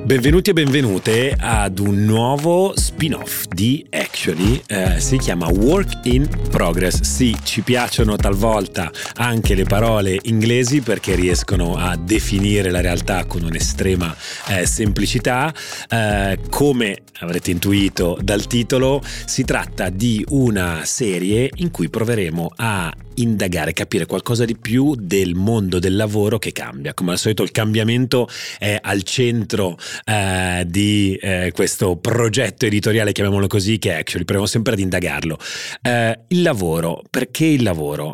Benvenuti e benvenute ad un nuovo spin-off di Actually, si chiama Work in Progress. Sì, ci piacciono talvolta anche le parole inglesi perché riescono a definire la realtà con un'estrema semplicità. Come avrete intuito dal titolo, si tratta di una serie in cui proveremo a indagare, capire qualcosa di più del mondo del lavoro che cambia. Come al solito il cambiamento è al centro di questo progetto editoriale, chiamiamolo così, che è Actually. Proviamo sempre ad indagarlo. Il lavoro, perché il lavoro?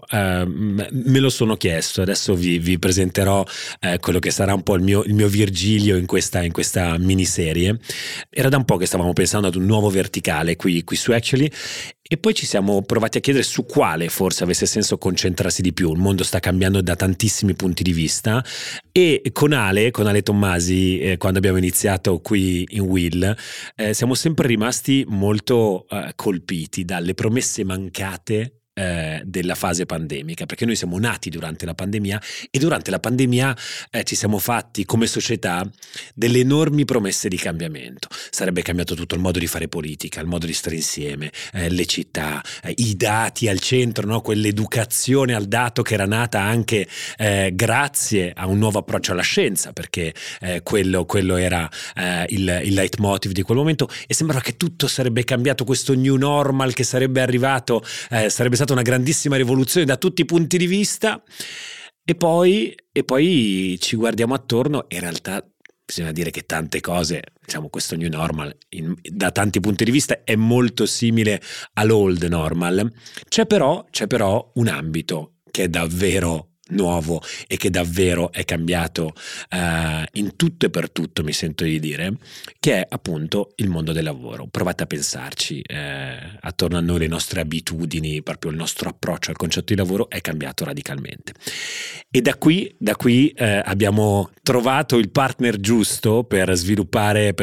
Me lo sono chiesto, adesso vi presenterò quello che sarà un po' il mio Virgilio in questa miniserie. Era da un po' che stavamo pensando ad un nuovo verticale qui su Actually, e poi ci siamo provati a chiedere su quale forse avesse senso concentrarsi di più. Il mondo sta cambiando da tantissimi punti di vista, e con Ale Tommasi, quando abbiamo iniziato qui in Will, siamo sempre rimasti molto colpiti dalle promesse mancate della fase pandemica, perché noi siamo nati durante la pandemia e durante la pandemia ci siamo fatti come società delle enormi promesse di cambiamento. Sarebbe cambiato tutto il modo di fare politica, il modo di stare insieme, le città, i dati al centro, no? Quell'educazione al dato che era nata anche grazie a un nuovo approccio alla scienza, perché quello era il leitmotiv di quel momento, e sembrava che tutto sarebbe cambiato, questo new normal che sarebbe arrivato, sarebbe stata una grandissima rivoluzione da tutti i punti di vista, e poi ci guardiamo attorno e in realtà bisogna dire che tante cose, diciamo, questo new normal da tanti punti di vista è molto simile all'old normal. C'è però un ambito che è davvero nuovo e che davvero è cambiato in tutto e per tutto, mi sento di dire, che è appunto il mondo del lavoro. Provate a pensarci, attorno a noi le nostre abitudini, proprio il nostro approccio al concetto di lavoro è cambiato radicalmente, e da qui abbiamo trovato il partner giusto per sviluppare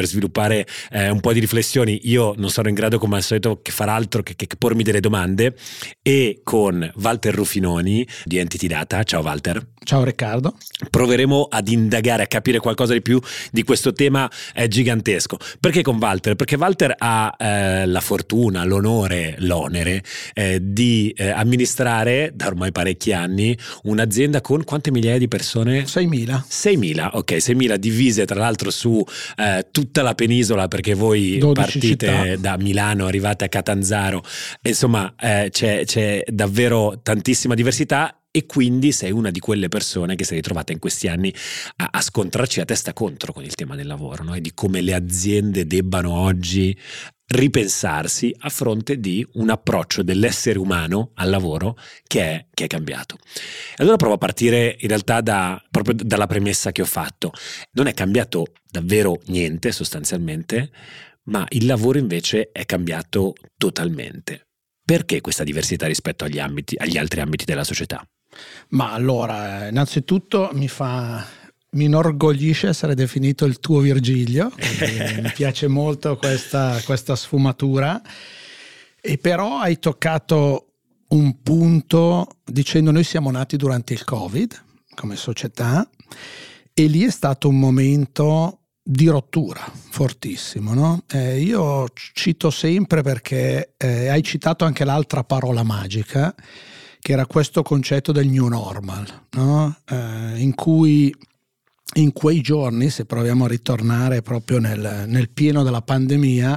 un po' di riflessioni. Io non sono in grado, come al solito, che far altro che pormi delle domande, e con Walter Rufinoni di Entity Data. Ciao Walter. Ciao Riccardo. Proveremo ad indagare, a capire qualcosa di più di questo tema gigantesco. Perché con Walter? Perché Walter ha la fortuna, l'onore, l'onere di amministrare da ormai parecchi anni un'azienda con quante migliaia di persone? 6.000. 6.000, ok, 6.000 divise tra l'altro su tutta la penisola, perché voi partite città da Milano, arrivate a Catanzaro, insomma c'è davvero tantissima diversità. E quindi sei una di quelle persone che si è ritrovata in questi anni a scontrarci a testa contro con il tema del lavoro, no? E di come le aziende debbano oggi ripensarsi a fronte di un approccio dell'essere umano al lavoro che è cambiato. E allora provo a partire in realtà proprio dalla premessa che ho fatto. Non è cambiato davvero niente sostanzialmente, ma il lavoro invece è cambiato totalmente. Perché questa diversità rispetto agli altri ambiti della società? Ma allora, innanzitutto mi inorgoglisce essere definito il tuo Virgilio, mi piace molto questa sfumatura, e però hai toccato un punto dicendo: noi siamo nati durante il Covid come società, e lì è stato un momento di rottura fortissimo, no? Io cito sempre, perché hai citato anche l'altra parola magica, che era questo concetto del new normal, no? In cui in quei giorni, se proviamo a ritornare proprio nel pieno della pandemia,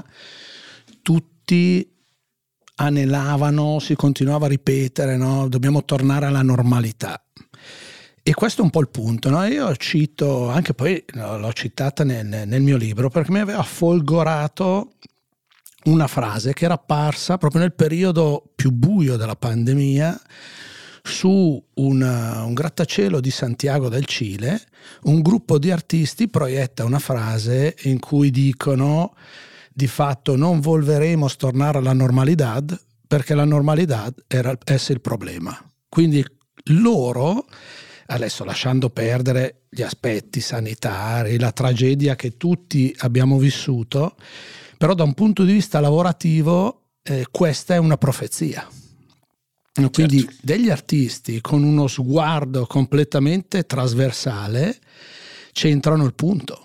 tutti anelavano, si continuava a ripetere, no? Dobbiamo tornare alla normalità. E questo è un po' il punto, no? Io cito, anche poi l'ho citata nel mio libro, perché mi aveva folgorato una frase che era apparsa proprio nel periodo più buio della pandemia su un grattacielo di Santiago del Cile. Un gruppo di artisti proietta una frase in cui dicono: di fatto non volveremos tornare alla normalidad, perché la normalità era il problema. Quindi loro, adesso lasciando perdere gli aspetti sanitari, la tragedia che tutti abbiamo vissuto, però da un punto di vista lavorativo questa è una profezia. Quindi certo, degli artisti con uno sguardo completamente trasversale centrano il punto.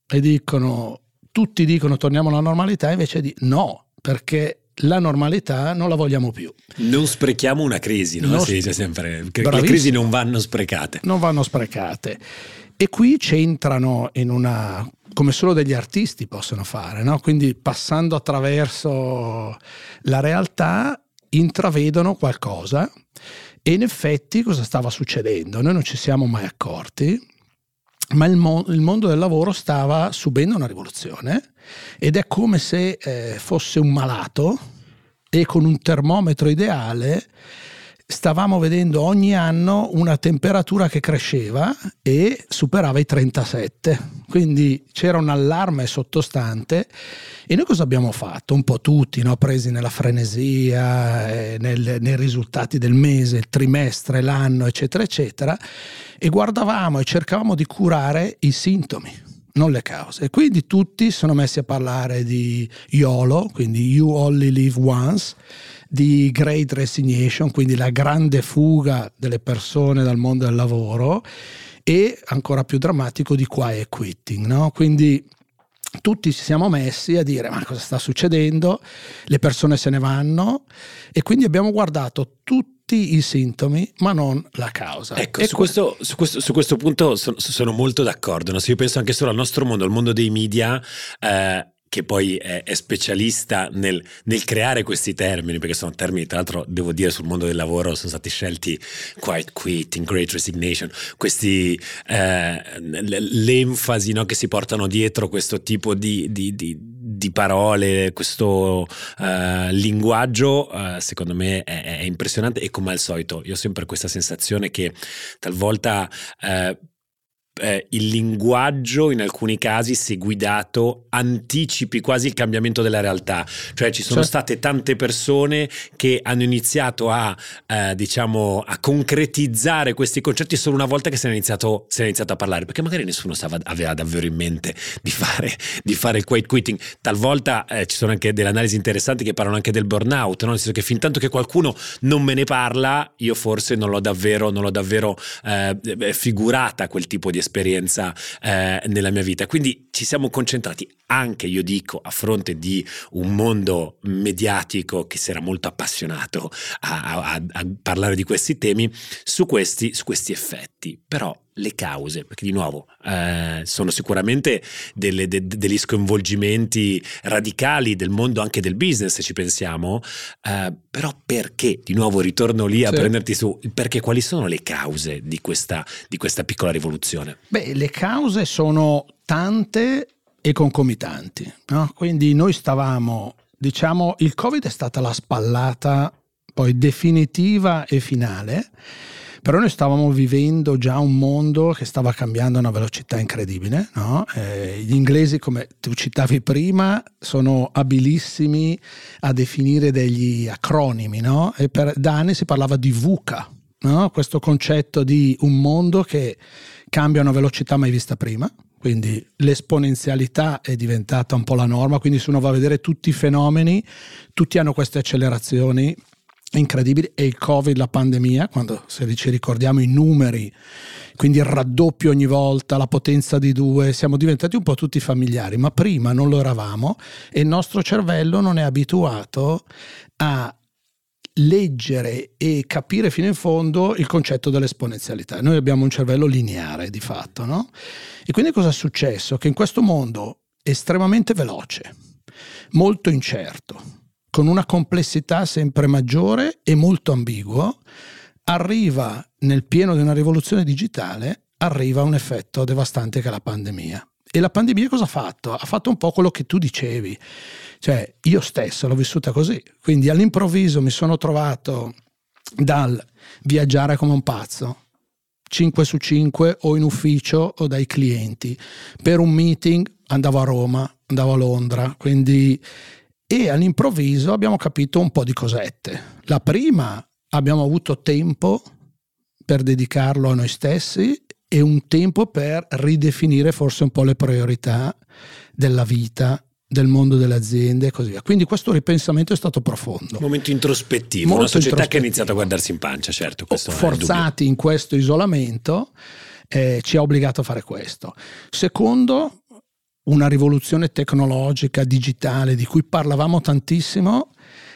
e tutti dicono torniamo alla normalità, invece di no, perché la normalità non la vogliamo più. Non sprechiamo una crisi, no? Si dice sempre che le crisi non vanno sprecate. Non vanno sprecate. E qui c'entrano come solo degli artisti possono fare, no? Quindi passando attraverso la realtà intravedono qualcosa, e in effetti cosa stava succedendo? Noi non ci siamo mai accorti, ma il mondo del lavoro stava subendo una rivoluzione, ed è come se fosse un malato, e con un termometro ideale stavamo vedendo ogni anno una temperatura che cresceva e superava i 37, quindi c'era un allarme sottostante. E noi cosa abbiamo fatto? Un po' tutti, no? Presi nella frenesia, nei risultati del mese, il trimestre, l'anno, eccetera eccetera, e guardavamo e cercavamo di curare i sintomi, non le cause. E quindi tutti sono messi a parlare di YOLO, quindi You Only Live Once, di Great Resignation, quindi la grande fuga delle persone dal mondo del lavoro, e ancora più drammatico di Quiet Quitting, no? Quindi tutti ci siamo messi a dire ma cosa sta succedendo, le persone se ne vanno, e quindi abbiamo guardato tutti i sintomi ma non la causa. Ecco, su questo punto sono molto d'accordo, no? Se io penso anche solo al nostro mondo, al mondo dei media, che poi è specialista nel creare questi termini, perché sono termini, tra l'altro devo dire, sul mondo del lavoro sono stati scelti Quiet Quitting, Great Resignation, questi l'enfasi, no, che si portano dietro questo tipo di parole, questo linguaggio, secondo me è impressionante. E come al solito io ho sempre questa sensazione che talvolta il linguaggio in alcuni casi, se guidato, anticipi quasi il cambiamento della realtà. Cioè ci sono state tante persone che hanno iniziato a concretizzare questi concetti solo una volta che se ne è iniziato a parlare, perché magari nessuno aveva davvero in mente di fare il quiet quitting. Talvolta ci sono anche delle analisi interessanti che parlano anche del burnout, no? Nel senso che fin tanto che qualcuno non me ne parla, io forse non l'ho davvero figurata quel tipo di esperienza nella mia vita. Quindi ci siamo concentrati anche, io dico, a fronte di un mondo mediatico che si era molto appassionato a parlare di questi temi, su questi effetti. Però le cause, perché di nuovo sono sicuramente degli sconvolgimenti radicali del mondo anche del business, se ci pensiamo, però perché, di nuovo ritorno lì a prenderti su, perché quali sono le cause di questa piccola rivoluzione? Beh, le cause sono tante e concomitanti, no? Quindi noi stavamo, il Covid è stata la spallata poi definitiva e finale, però noi stavamo vivendo già un mondo che stava cambiando a una velocità incredibile, no? Gli inglesi, come tu citavi prima, sono abilissimi a definire degli acronimi, no? E da anni si parlava di VUCA, no? Questo concetto di un mondo che cambia a una velocità mai vista prima. Quindi l'esponenzialità è diventata un po' la norma, quindi se uno va a vedere tutti i fenomeni, tutti hanno queste accelerazioni incredibili. E il Covid, la pandemia, quando se ci ricordiamo i numeri, quindi il raddoppio ogni volta, la potenza di 2, siamo diventati un po' tutti familiari, ma prima non lo eravamo, e il nostro cervello non è abituato a leggere e capire fino in fondo il concetto dell'esponenzialità. Noi abbiamo un cervello lineare di fatto, no? E quindi cosa è successo? Che in questo mondo estremamente veloce, molto incerto, con una complessità sempre maggiore e molto ambiguo, arriva nel pieno di una rivoluzione digitale, arriva un effetto devastante che è la pandemia. E la pandemia cosa ha fatto? Ha fatto un po' quello che tu dicevi, cioè io stesso l'ho vissuta così, quindi all'improvviso mi sono trovato dal viaggiare come un pazzo 5 su 5 o in ufficio o dai clienti, per un meeting andavo a Roma, andavo a Londra, quindi, e all'improvviso abbiamo capito un po' di cosette. La prima, abbiamo avuto tempo per dedicarlo a noi stessi e un tempo per ridefinire forse un po' le priorità della vita, del mondo delle aziende e così via. Quindi questo ripensamento è stato profondo. Un momento introspettivo, una società che ha iniziato a guardarsi in pancia, certo. Questo forzati in questo isolamento ci ha obbligato a fare questo. Secondo, una rivoluzione tecnologica, digitale, di cui parlavamo tantissimo,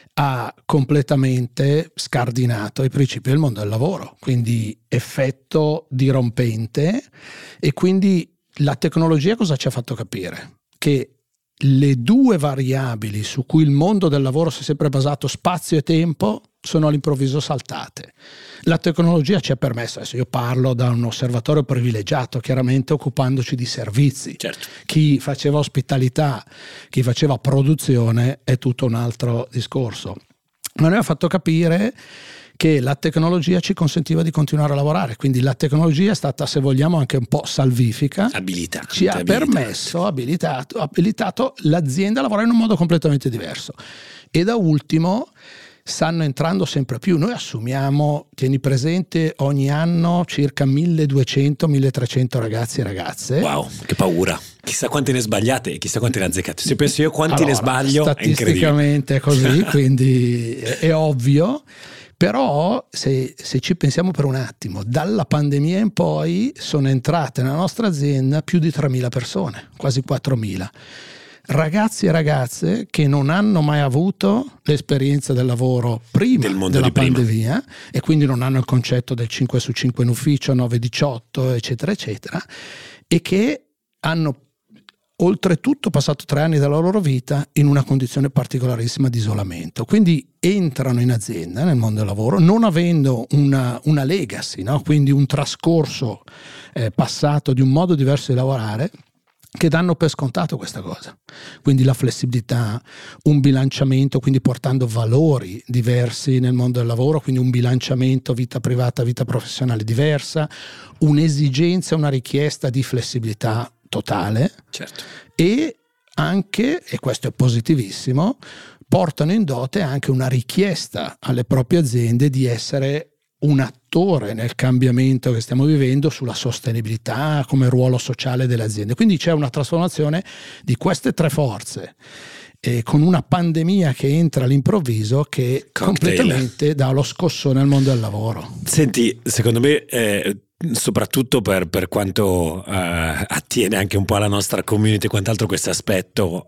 ha completamente scardinato i principi del mondo del lavoro, quindi effetto dirompente. E quindi la tecnologia cosa ci ha fatto capire? Che le due variabili su cui il mondo del lavoro si è sempre basato, spazio e tempo, sono all'improvviso saltate. La tecnologia ci ha permesso, adesso io parlo da un osservatorio privilegiato, chiaramente occupandoci di servizi. Certo. Chi faceva ospitalità, chi faceva produzione è tutto un altro discorso. Ma noi ha fatto capire che la tecnologia ci consentiva di continuare a lavorare, quindi la tecnologia è stata, se vogliamo, anche un po' salvifica, ci ha permesso, abilitato l'azienda a lavorare in un modo completamente diverso. E da ultimo stanno entrando sempre più. Noi assumiamo, tieni presente, ogni anno circa 1200-1300 ragazzi e ragazze. Wow, che paura. Chissà quante ne sbagliate e chissà quante ne azzeccate. Se penso io quanti ne sbaglio, statisticamente è così, quindi è ovvio. Però se ci pensiamo per un attimo, dalla pandemia in poi sono entrate nella nostra azienda più di 3.000 persone, quasi 4.000. Ragazzi e ragazze che non hanno mai avuto l'esperienza del lavoro prima della pandemia e quindi non hanno il concetto del 5 su 5 in ufficio, 9-18 eccetera eccetera, e che hanno oltretutto passato 3 anni della loro vita in una condizione particolarissima di isolamento. Quindi entrano in azienda, nel mondo del lavoro, non avendo una legacy, no? Quindi un trascorso passato di un modo diverso di lavorare, che danno per scontato questa cosa. Quindi la flessibilità, un bilanciamento, quindi portando valori diversi nel mondo del lavoro, quindi un bilanciamento vita privata, vita professionale diversa, un'esigenza, una richiesta di flessibilità totale. Certo. E anche, e questo è positivissimo, portano in dote anche una richiesta alle proprie aziende di essere un attore nel cambiamento che stiamo vivendo sulla sostenibilità come ruolo sociale delle aziende. Quindi c'è una trasformazione di queste 3 forze, con una pandemia che entra all'improvviso che completamente dà lo scossone al mondo del lavoro. Senti, secondo me soprattutto per quanto attiene anche un po' alla nostra community e quant'altro, questo aspetto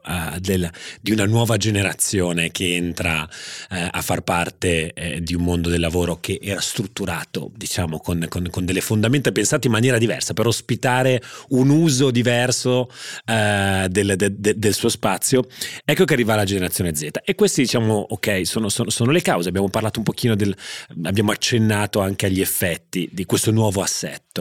di una nuova generazione che entra a far parte di un mondo del lavoro che era strutturato, diciamo, con delle fondamenta pensate in maniera diversa per ospitare un uso diverso del suo spazio. Ecco che arriva la generazione Z e questi, diciamo, ok, sono le cause. Abbiamo parlato un pochino abbiamo accennato anche agli effetti di questo nuovo assetto.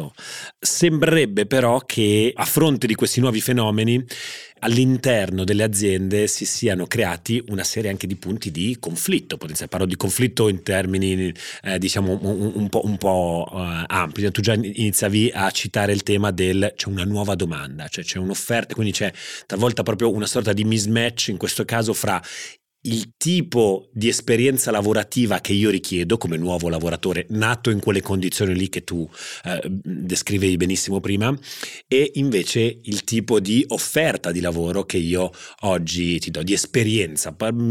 Sembrerebbe però che a fronte di questi nuovi fenomeni all'interno delle aziende si siano creati una serie anche di punti di conflitto potenziale. Parlo di conflitto in termini diciamo un po' ampi. Tu già iniziavi a citare il tema c'è una nuova domanda, cioè c'è un'offerta, quindi c'è talvolta proprio una sorta di mismatch in questo caso fra il tipo di esperienza lavorativa che io richiedo come nuovo lavoratore nato in quelle condizioni lì che tu descrivevi benissimo prima, e invece il tipo di offerta di lavoro che io oggi ti do, di esperienza.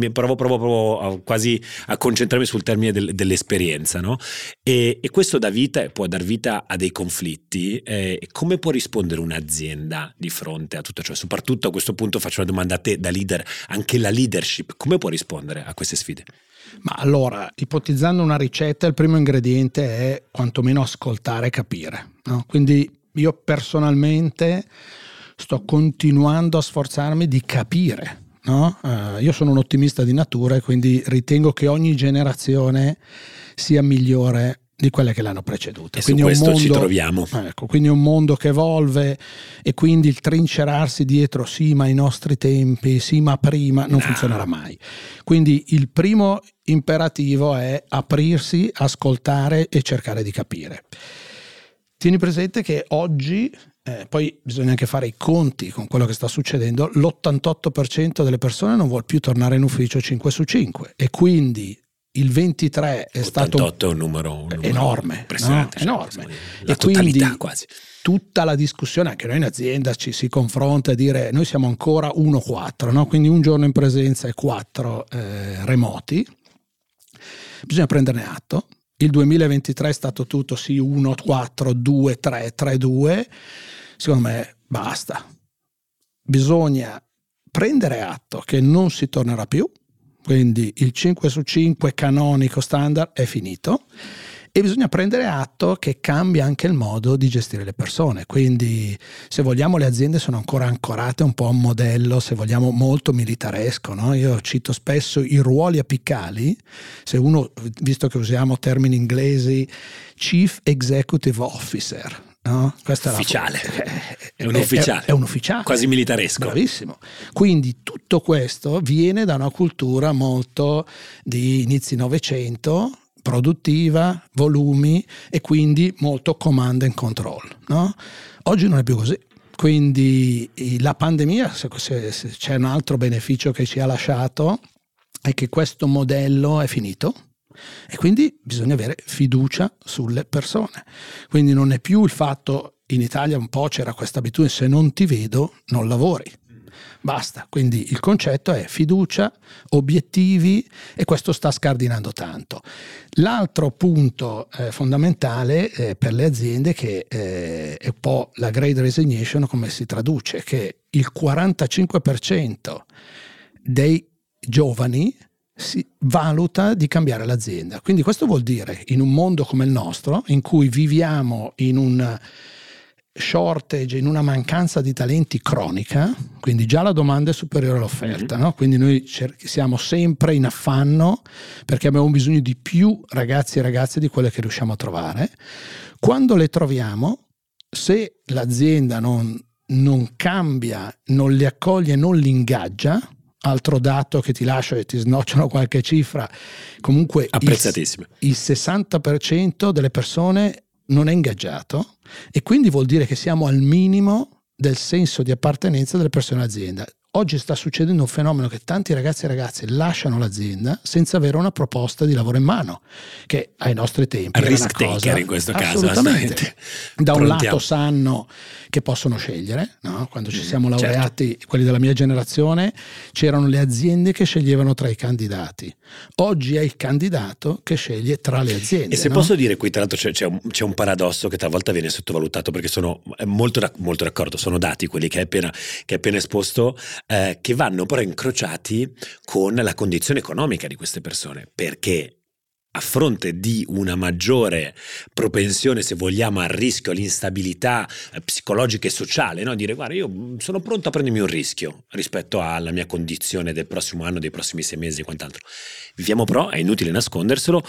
Provo quasi a concentrarmi sul termine dell'esperienza, no? E questo dà vita e può dar vita a dei conflitti. Come può rispondere un'azienda di fronte a tutto ciò? Soprattutto a questo punto faccio una domanda a te da leader, anche la leadership, come può rispondere a queste sfide? Ma allora, ipotizzando una ricetta, il primo ingrediente è quantomeno ascoltare e capire, no? Quindi io personalmente sto continuando a sforzarmi di capire, no? Io sono un ottimista di natura e quindi ritengo che ogni generazione sia migliore di quelle che l'hanno preceduta. E quindi su questo ci troviamo. Ecco, quindi è un mondo che evolve e quindi il trincerarsi dietro sì ma ai nostri tempi, sì ma prima, non funzionerà mai. Quindi il primo imperativo è aprirsi, ascoltare e cercare di capire. Tieni presente che oggi, poi bisogna anche fare i conti con quello che sta succedendo, l'88% delle persone non vuole più tornare in ufficio 5 su 5 e quindi il 23 è 88 stato è un numero enorme, impressionante, no? Enorme. La e totalità quindi quasi. Tutta la discussione, anche noi in azienda ci si confronta a dire noi siamo ancora 1-4, no? Quindi un giorno in presenza e 4 remoti. Bisogna prenderne atto. Il 2023 è stato tutto sì 1-4, 2-3, 3-2. Secondo me basta. bisogna prendere atto che non si tornerà più, quindi il 5 su 5 canonico standard è finito, e bisogna prendere atto che cambia anche il modo di gestire le persone. Quindi, se vogliamo, le aziende sono ancora ancorate un po' a un modello, se vogliamo, molto militaresco, no? Io cito spesso i ruoli apicali. Se uno, visto che usiamo termini inglesi, Chief Executive Officer, no? Questo ufficiale. È un ufficiale. È un ufficiale. Quasi militaresco. Bravissimo. Quindi tutto questo viene da una cultura molto di inizi Novecento, produttiva, volumi, e quindi molto command and control, no? Oggi non è più così. Quindi la pandemia, se c'è un altro beneficio che ci ha lasciato, è che questo modello è finito. E quindi bisogna avere fiducia sulle persone. Quindi non è più il fatto, in Italia un po' c'era questa abitudine, se non ti vedo non lavori, basta. Quindi il concetto è fiducia, obiettivi, e questo sta scardinando tanto. L'altro punto fondamentale per le aziende, che è un po' la Great Resignation, come si traduce, che il 45% dei giovani si valuta di cambiare l'azienda. Quindi questo vuol dire, in un mondo come il nostro, in cui viviamo in un shortage, in una mancanza di talenti cronica, quindi già la domanda è superiore all'offerta, no? Quindi noi siamo sempre in affanno perché abbiamo bisogno di più ragazzi e ragazze di quelle che riusciamo a trovare. Quando le troviamo, se l'azienda non cambia, non li accoglie, non li ingaggia, altro dato che ti lascio e ti snocciano qualche cifra, comunque apprezzatissimo, il 60% delle persone non è ingaggiato, e quindi vuol dire che siamo al minimo del senso di appartenenza delle persone all'azienda. Oggi sta succedendo un fenomeno che tanti ragazzi e ragazze lasciano l'azienda senza avere una proposta di lavoro in mano, che ai nostri tempi era risk una cosa, taker in questo caso, assolutamente. Da un lato sanno che possono scegliere, no? Quando ci siamo laureati, certo, quelli della mia generazione, c'erano le aziende che sceglievano tra i candidati. Oggi è il candidato che sceglie tra le aziende. E se no? posso dire, qui tra l'altro c'è un paradosso che talvolta viene sottovalutato, perché sono molto d'accordo, sono dati quelli che hai appena esposto, che vanno però incrociati con la condizione economica di queste persone, perché a fronte di una maggiore propensione, se vogliamo, al rischio, all'instabilità psicologica e sociale, no? Dire, guarda, io sono pronto a prendermi un rischio rispetto alla mia condizione del prossimo anno, dei prossimi 6 mesi e quant'altro. Viviamo però, è inutile nasconderselo,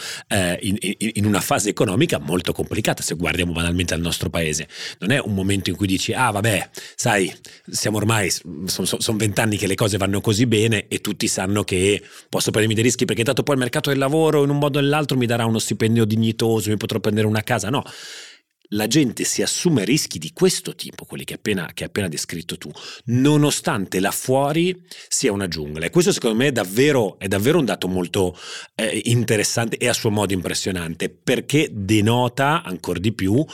in una fase economica molto complicata. Se guardiamo banalmente al nostro paese, non è un momento in cui dici, vabbè, sai, siamo ormai, sono 20 anni che le cose vanno così bene e tutti sanno che posso prendermi dei rischi perché tanto poi il mercato del lavoro in un modo o nell'altro mi darà uno stipendio dignitoso, mi potrò prendere una casa. No, la gente si assume rischi di questo tipo, quelli che hai appena descritto tu, nonostante là fuori sia una giungla. E questo secondo me è davvero un dato molto interessante e a suo modo impressionante, perché denota ancora di più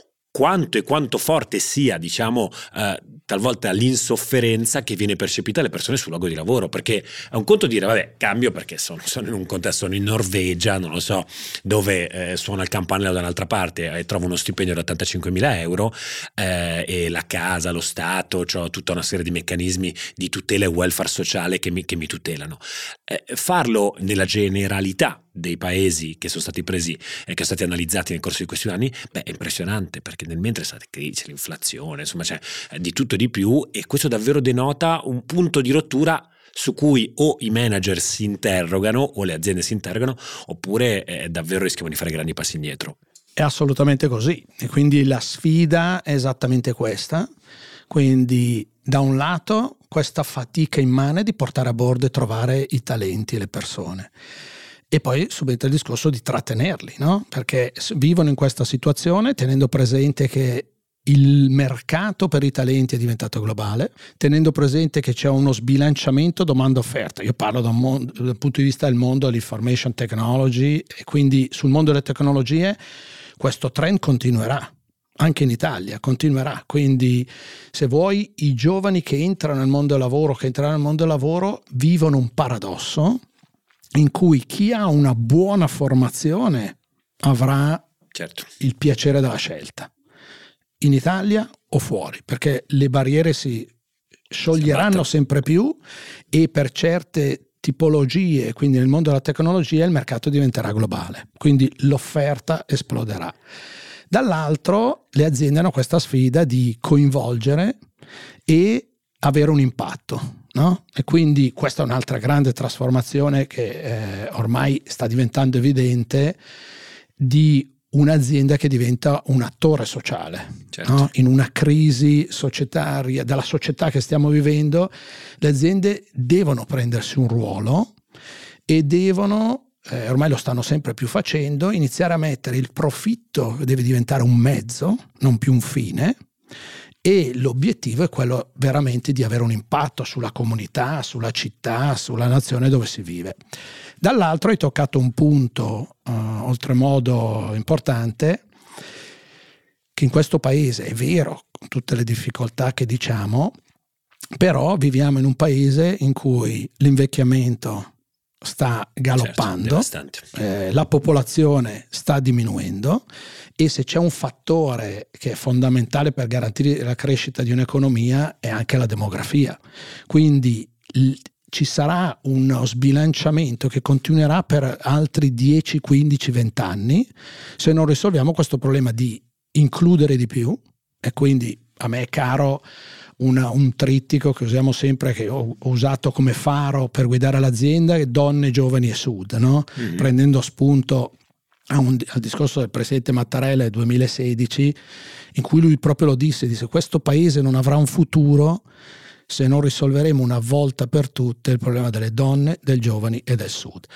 quanto forte sia, diciamo, talvolta l'insofferenza che viene percepita dalle persone sul luogo di lavoro, perché è un conto dire, vabbè, cambio perché sono in un contesto, sono in Norvegia, non lo so, dove suona il campanello da un'altra parte e trovo uno stipendio da 85.000 euro e la casa, lo Stato, c'ho tutta una serie di meccanismi di tutela e welfare sociale che mi tutelano. Farlo nella generalità dei paesi che sono stati presi e che sono stati analizzati nel corso di questi anni, è impressionante, perché nel mentre c'è l'inflazione, insomma c'è di tutto e di più, e questo davvero denota un punto di rottura su cui o i manager si interrogano o le aziende si interrogano, oppure davvero rischiamo di fare grandi passi indietro. È assolutamente così, e quindi la sfida è esattamente questa. Quindi da un lato questa fatica immane di portare a bordo e trovare i talenti e le persone, e poi subentra il discorso di trattenerli, no? Perché vivono in questa situazione tenendo presente che il mercato per i talenti è diventato globale, tenendo presente che c'è uno sbilanciamento domanda-offerta. Io parlo dal punto di vista del mondo dell'information technology, e quindi sul mondo delle tecnologie questo trend continuerà. Anche in Italia continuerà, quindi se vuoi i giovani che entrano nel mondo del lavoro, vivono un paradosso in cui chi ha una buona formazione avrà il piacere della scelta, in Italia o fuori, perché le barriere si scioglieranno sempre più, e per certe tipologie, quindi nel mondo della tecnologia, il mercato diventerà globale, quindi l'offerta esploderà. Dall'altro le aziende hanno questa sfida di coinvolgere e avere un impatto, no? E quindi questa è un'altra grande trasformazione che ormai sta diventando evidente, di un'azienda che diventa un attore sociale, certo. No? In una crisi societaria della società che stiamo vivendo, le aziende devono prendersi un ruolo e devono, ormai lo stanno sempre più facendo, iniziare a mettere il profitto, deve diventare un mezzo, non più un fine, e l'obiettivo è quello veramente di avere un impatto sulla comunità, sulla città, sulla nazione dove si vive. Dall'altro hai toccato un punto oltremodo importante, che in questo paese è vero, con tutte le difficoltà che diciamo, però viviamo in un paese in cui l'invecchiamento sta galoppando, certo, la popolazione sta diminuendo, e se c'è un fattore che è fondamentale per garantire la crescita di un'economia è anche la demografia. Quindi ci sarà uno sbilanciamento che continuerà per altri 10, 15, 20 anni se non risolviamo questo problema di includere di più. E quindi a me è caro un trittico che usiamo sempre, che ho usato come faro per guidare l'azienda, donne, giovani e sud, no? Mm-hmm. Prendendo spunto al discorso del presidente Mattarella del 2016, in cui lui proprio lo disse questo paese non avrà un futuro se non risolveremo una volta per tutte il problema delle donne, dei giovani e del sud.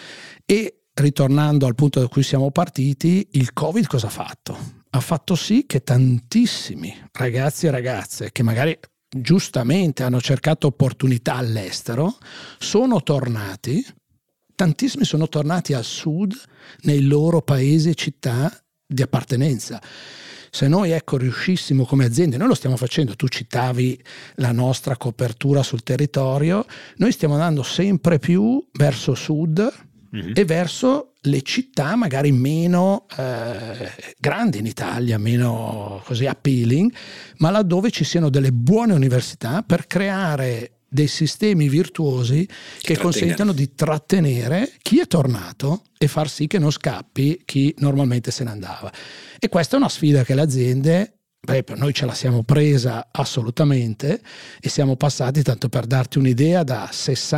E ritornando al punto da cui siamo partiti, il Covid cosa ha fatto? Ha fatto sì che tantissimi ragazzi e ragazze che magari giustamente hanno cercato opportunità all'estero sono tornati, tantissimi sono tornati al sud, nei loro paesi e città di appartenenza. Se noi riuscissimo come aziende, noi lo stiamo facendo, tu citavi la nostra copertura sul territorio, noi stiamo andando sempre più verso sud, mm-hmm. e verso le città magari meno grandi in Italia, meno così appealing, ma laddove ci siano delle buone università per creare dei sistemi virtuosi che consentano di trattenere chi è tornato e far sì che non scappi chi normalmente se ne andava. E questa è una sfida che le aziende, per noi ce la siamo presa assolutamente, e siamo passati, tanto per darti un'idea, da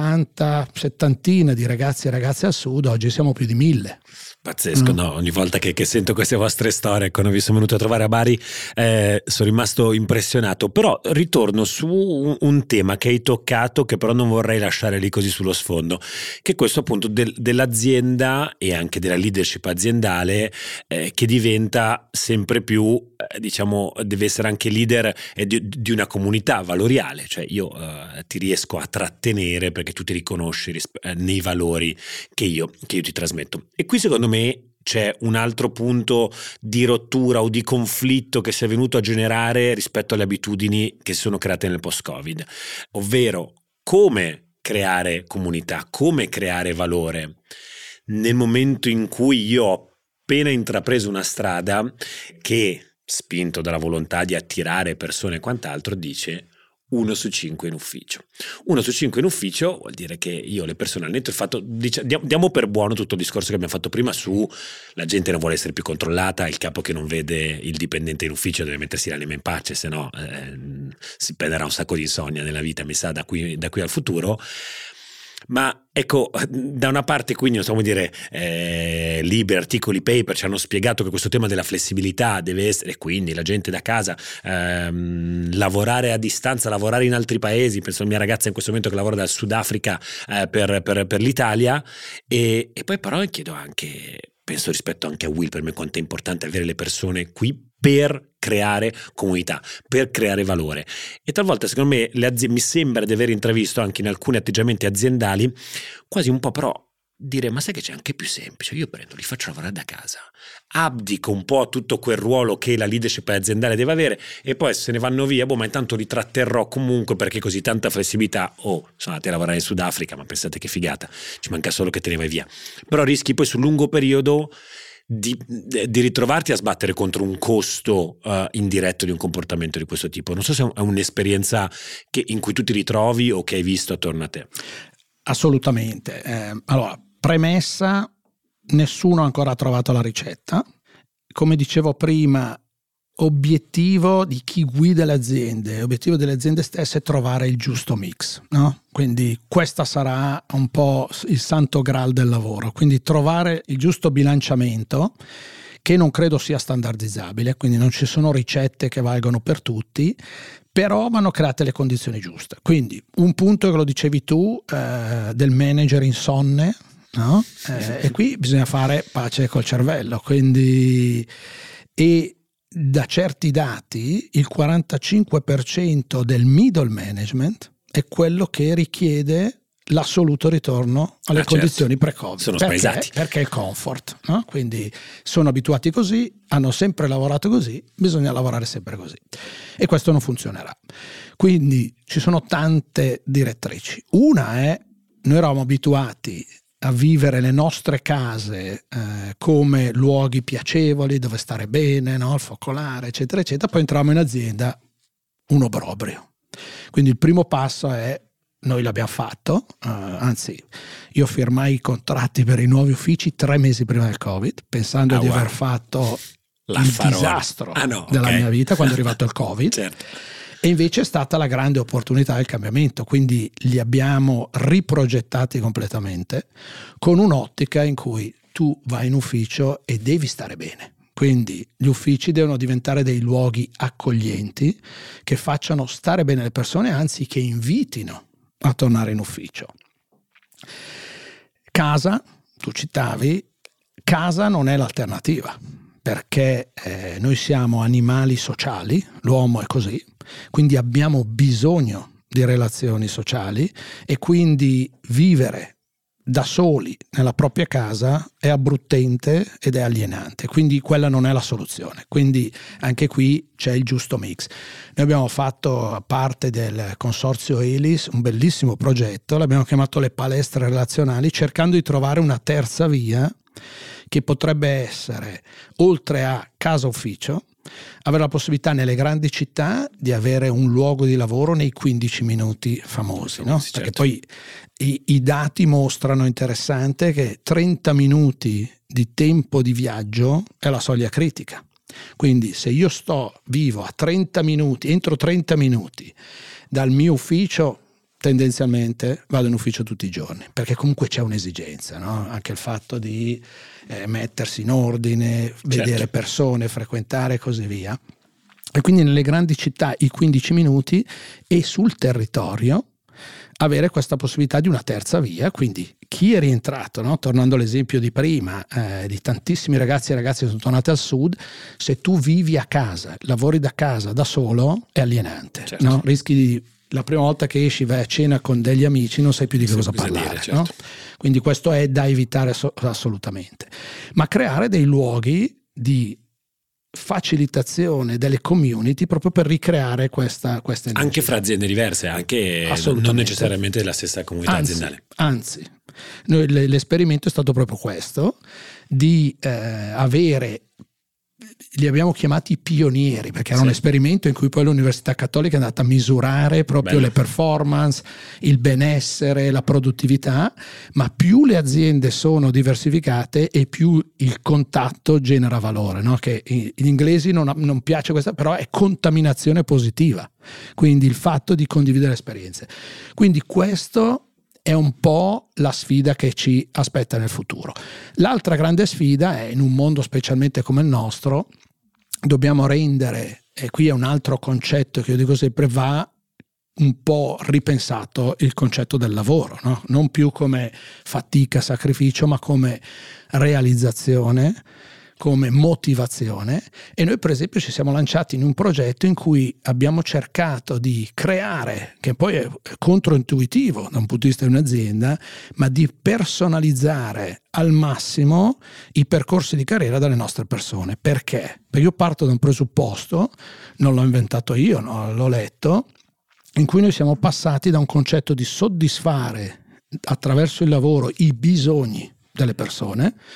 60, 70 di ragazzi e ragazze al sud, oggi siamo più di 1000. Pazzesco, no? Ogni volta che sento queste vostre storie, quando vi sono venuto a trovare a Bari, sono rimasto impressionato. Però ritorno su un tema che hai toccato, che però non vorrei lasciare lì così sullo sfondo, che è questo appunto dell'azienda e anche della leadership aziendale, che diventa sempre più, diciamo, deve essere anche leader di una comunità valoriale. Cioè io ti riesco a trattenere perché tu ti riconosci nei valori che io ti trasmetto. E qui secondo me c'è un altro punto di rottura o di conflitto che si è venuto a generare rispetto alle abitudini che si sono create nel post-Covid, ovvero come creare comunità, come creare valore nel momento in cui io ho appena intrapreso una strada che, spinto dalla volontà di attirare persone e quant'altro, dice 1 su 5 in ufficio. 1 su 5 in ufficio vuol dire che io le persone al netto il fatto, diamo per buono tutto il discorso che abbiamo fatto prima su la gente non vuole essere più controllata, il capo che non vede il dipendente in ufficio deve mettersi l'anima in pace, se no si prenderà un sacco di insonnia nella vita, mi sa, da qui al futuro. Ma ecco, da una parte quindi possiamo dire libri, articoli, paper ci hanno spiegato che questo tema della flessibilità deve essere, quindi la gente da casa, lavorare a distanza, lavorare in altri paesi. Penso alla mia ragazza in questo momento che lavora dal Sudafrica per l'Italia, e poi però chiedo anche, penso rispetto anche a Will, per me quanto è importante avere le persone qui per creare comunità, per creare valore. E talvolta secondo me mi sembra di aver intravisto anche in alcuni atteggiamenti aziendali quasi un po' però dire ma sai che c'è anche più semplice, io prendo, li faccio lavorare da casa, abdico un po' a tutto quel ruolo che la leadership aziendale deve avere e poi se ne vanno via, ma intanto li tratterrò comunque perché così tanta flessibilità. Sono andati a lavorare in Sudafrica, ma pensate che figata, ci manca solo che te ne vai via. Però rischi poi sul lungo periodo di ritrovarti a sbattere contro un costo indiretto di un comportamento di questo tipo? Non so se è un'esperienza in cui tu ti ritrovi o che hai visto attorno a te. Assolutamente. Allora, premessa, nessuno ancora ha trovato la ricetta. Come dicevo prima, obiettivo di chi guida le aziende, obiettivo delle aziende stesse è trovare il giusto mix, no? Quindi questa sarà un po' il santo graal del lavoro, quindi trovare il giusto bilanciamento, che non credo sia standardizzabile, quindi non ci sono ricette che valgono per tutti, però vanno create le condizioni giuste. Quindi un punto che lo dicevi tu, del manager insonne, no? E qui bisogna fare pace col cervello, quindi da certi dati il 45% del middle management è quello che richiede l'assoluto ritorno alle condizioni pre-Covid. Sono spaesati. Perché il comfort, no? Quindi sono abituati così, hanno sempre lavorato così, bisogna lavorare sempre così. E questo non funzionerà. Quindi ci sono tante direttrici. Una è, noi eravamo abituati a vivere le nostre case come luoghi piacevoli, dove stare bene, no? Il focolare, eccetera, eccetera. Poi entravamo in azienda, un obbrobrio. Quindi il primo passo è, noi l'abbiamo fatto, anzi io firmai i contratti per i nuovi uffici 3 mesi prima del Covid, pensando di aver fatto disastro della mia vita quando è arrivato il Covid. Certo. E invece è stata la grande opportunità del cambiamento, quindi li abbiamo riprogettati completamente con un'ottica in cui tu vai in ufficio e devi stare bene. Quindi gli uffici devono diventare dei luoghi accoglienti che facciano stare bene le persone, anzi che invitino a tornare in ufficio. Casa, tu citavi, casa non è l'alternativa, perché noi siamo animali sociali, l'uomo è così, quindi abbiamo bisogno di relazioni sociali e quindi vivere da soli nella propria casa è abbruttente ed è alienante, quindi quella non è la soluzione. Quindi anche qui c'è il giusto mix. Noi abbiamo fatto parte del consorzio ELIS un bellissimo progetto, l'abbiamo chiamato le palestre relazionali, cercando di trovare una terza via che potrebbe essere, oltre a casa ufficio, avere la possibilità nelle grandi città di avere un luogo di lavoro nei 15 minuti famosi, no? Certo. Perché poi i dati mostrano, interessante, che 30 minuti di tempo di viaggio è la soglia critica. Quindi se io vivo a 30 minuti, entro 30 minuti dal mio ufficio, tendenzialmente vado in ufficio tutti i giorni, perché comunque c'è un'esigenza, no? Anche il fatto di mettersi in ordine, vedere persone, frequentare e così via. E quindi nelle grandi città i 15 minuti e sul territorio avere questa possibilità di una terza via. Quindi chi è rientrato, no? Tornando all'esempio di prima, di tantissimi ragazzi e ragazze che sono tornati al sud, se tu vivi a casa, lavori da casa da solo, è alienante, certo. No? Rischi di, la prima volta che esci, vai a cena con degli amici, non sai più di che cosa parlare, dire, certo. No? Quindi questo è da evitare assolutamente. Ma creare dei luoghi di facilitazione delle community proprio per ricreare questa energia. Anche fra aziende diverse, anche non necessariamente della stessa comunità aziendale. Anzi, noi, l'esperimento è stato proprio questo, di avere, li abbiamo chiamati pionieri, perché era un esperimento in cui poi l'Università Cattolica è andata a misurare proprio le performance, il benessere, la produttività, ma più le aziende sono diversificate e più il contatto genera valore, no? Che in inglesi non piace questa, però è contaminazione positiva, quindi il fatto di condividere esperienze. Quindi questo è un po' la sfida che ci aspetta nel futuro. L'altra grande sfida è, in un mondo specialmente come il nostro, dobbiamo rendere, e qui è un altro concetto che io dico sempre, va un po' ripensato il concetto del lavoro, no? Non più come fatica, sacrificio, ma come realizzazione, come motivazione. E noi per esempio ci siamo lanciati in un progetto in cui abbiamo cercato di creare, che poi è controintuitivo da un punto di vista di un'azienda, ma di personalizzare al massimo i percorsi di carriera delle nostre persone. Perché? Perché io parto da un presupposto, non l'ho inventato io, no? L'ho letto, in cui noi siamo passati da un concetto di soddisfare attraverso il lavoro i bisogni delle persone,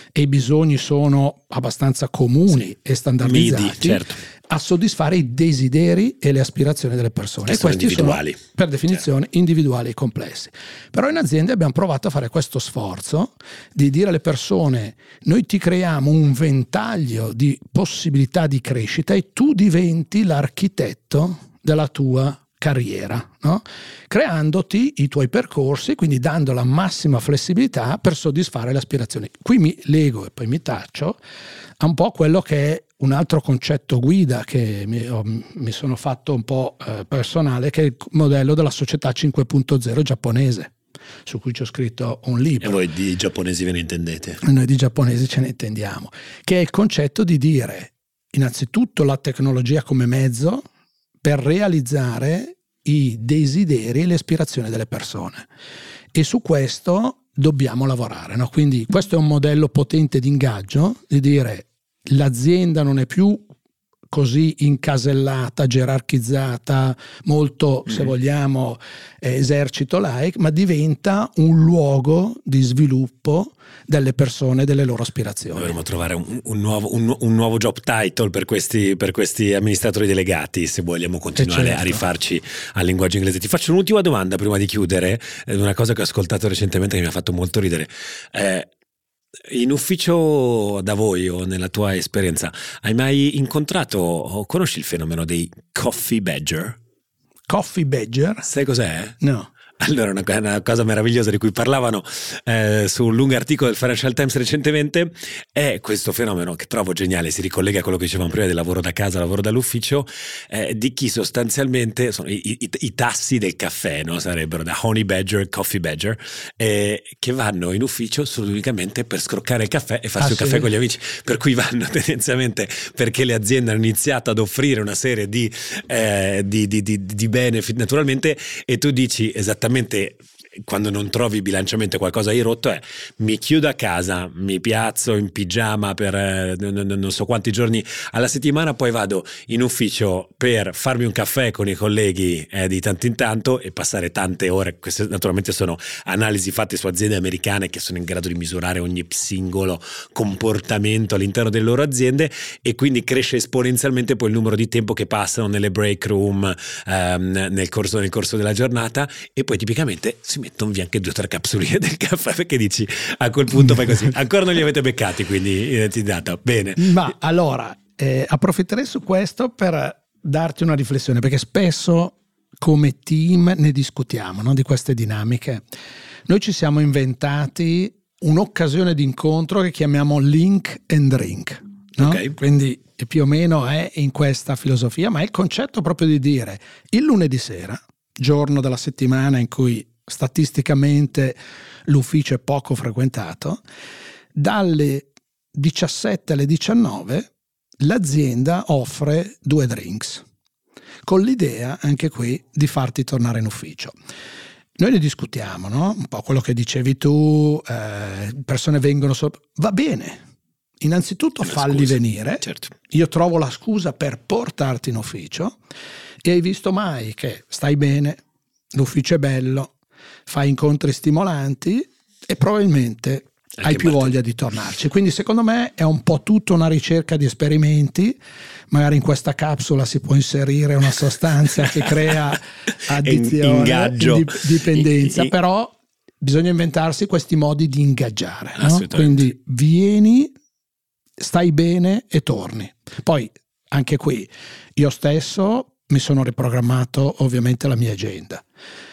e i bisogni sono abbastanza comuni e standardizzati, MIDI, certo, a soddisfare i desideri e le aspirazioni delle persone. E questi individuali, sono per definizione individuali e complessi. Però in azienda abbiamo provato a fare questo sforzo di dire alle persone: noi ti creiamo un ventaglio di possibilità di crescita e tu diventi l'architetto della tua carriera, no? Creandoti i tuoi percorsi, quindi dando la massima flessibilità per soddisfare le aspirazioni. Qui mi lego e poi mi taccio a un po' quello che è un altro concetto guida che mi sono fatto un po' personale, che è il modello della società 5.0 giapponese, su cui ci ho scritto un libro. E voi di giapponesi ve ne intendete? Noi di giapponesi ce ne intendiamo, che è il concetto di dire innanzitutto la tecnologia come mezzo per realizzare i desideri e le aspirazioni delle persone, e su questo dobbiamo lavorare, no? Quindi questo è un modello potente di ingaggio, di dire l'azienda non è più così incasellata, gerarchizzata, molto, se vogliamo, esercito-like, ma diventa un luogo di sviluppo delle persone, delle loro aspirazioni. Dovremmo trovare un nuovo job title per questi amministratori delegati, se vogliamo continuare a rifarci al linguaggio inglese. Ti faccio un'ultima domanda prima di chiudere, una cosa che ho ascoltato recentemente che mi ha fatto molto ridere. In ufficio da voi o nella tua esperienza hai mai incontrato o conosci il fenomeno dei coffee badger? Coffee badger? Sai cos'è? No. Allora, una cosa meravigliosa di cui parlavano su un lungo articolo del Financial Times recentemente è questo fenomeno che trovo geniale, si ricollega a quello che dicevamo prima del lavoro da casa, lavoro dall'ufficio, di chi sostanzialmente sono i tassi del caffè, no? Sarebbero da honey badger, coffee badger, che vanno in ufficio solo unicamente per scroccare il caffè e farsi un caffè con gli amici, per cui vanno tendenzialmente perché le aziende hanno iniziato ad offrire una serie di benefit naturalmente, e tu dici esattamente quando non trovi bilanciamento, qualcosa hai rotto, mi chiudo a casa, mi piazzo in pigiama per non so quanti giorni alla settimana, poi vado in ufficio per farmi un caffè con i colleghi di tanto in tanto e passare tante ore. Queste naturalmente sono analisi fatte su aziende americane che sono in grado di misurare ogni singolo comportamento all'interno delle loro aziende, e quindi cresce esponenzialmente poi il numero di tempo che passano nelle break room nel corso della giornata, e poi tipicamente si mettono via anche 2 o 3 capsuline del caffè, perché dici a quel punto fai così. Ancora non li avete beccati, quindi identizzata bene. Ma allora approfitterei su questo per darti una riflessione, perché spesso come team ne discutiamo, no? Di queste dinamiche. Noi ci siamo inventati un'occasione di incontro che chiamiamo link and drink, no? Okay. Quindi più o meno è in questa filosofia, ma è il concetto proprio di dire il lunedì sera, giorno della settimana in cui statisticamente l'ufficio è poco frequentato, dalle 17 alle 19 l'azienda offre 2 drinks, con l'idea anche qui di farti tornare in ufficio. Noi ne discutiamo, no? Un po' quello che dicevi tu, persone vengono va bene, innanzitutto falli venire, certo. Io trovo la scusa per portarti in ufficio, e hai visto mai che stai bene, l'ufficio è bello, fai incontri stimolanti e probabilmente hai più voglia di tornarci. Quindi secondo me è un po' tutta una ricerca di esperimenti. Magari in questa capsula si può inserire una sostanza che crea addizione, ingaggio, dipendenza, però bisogna inventarsi questi modi di ingaggiare, no? Quindi vieni, stai bene e torni. Poi anche qui io stesso mi sono riprogrammato ovviamente la mia agenda.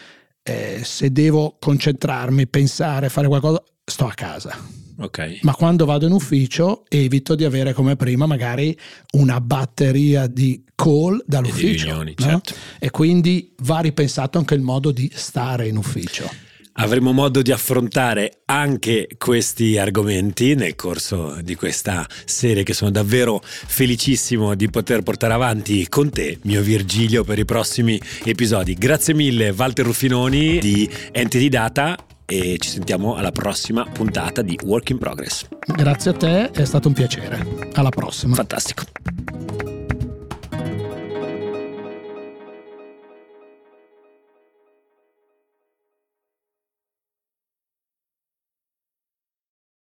Se devo concentrarmi, pensare, fare qualcosa, sto a casa. Okay. Ma quando vado in ufficio evito di avere come prima magari una batteria di call dall'ufficio, riunioni, no? certo. E quindi va ripensato anche il modo di stare in ufficio. Avremo modo di affrontare anche questi argomenti nel corso di questa serie, che sono davvero felicissimo di poter portare avanti con te, mio Virgilio, per i prossimi episodi. Grazie mille Walter Ruffinoni di Entity Data, e ci sentiamo alla prossima puntata di Work in Progress. Grazie a te, è stato un piacere. Alla prossima. Fantastico.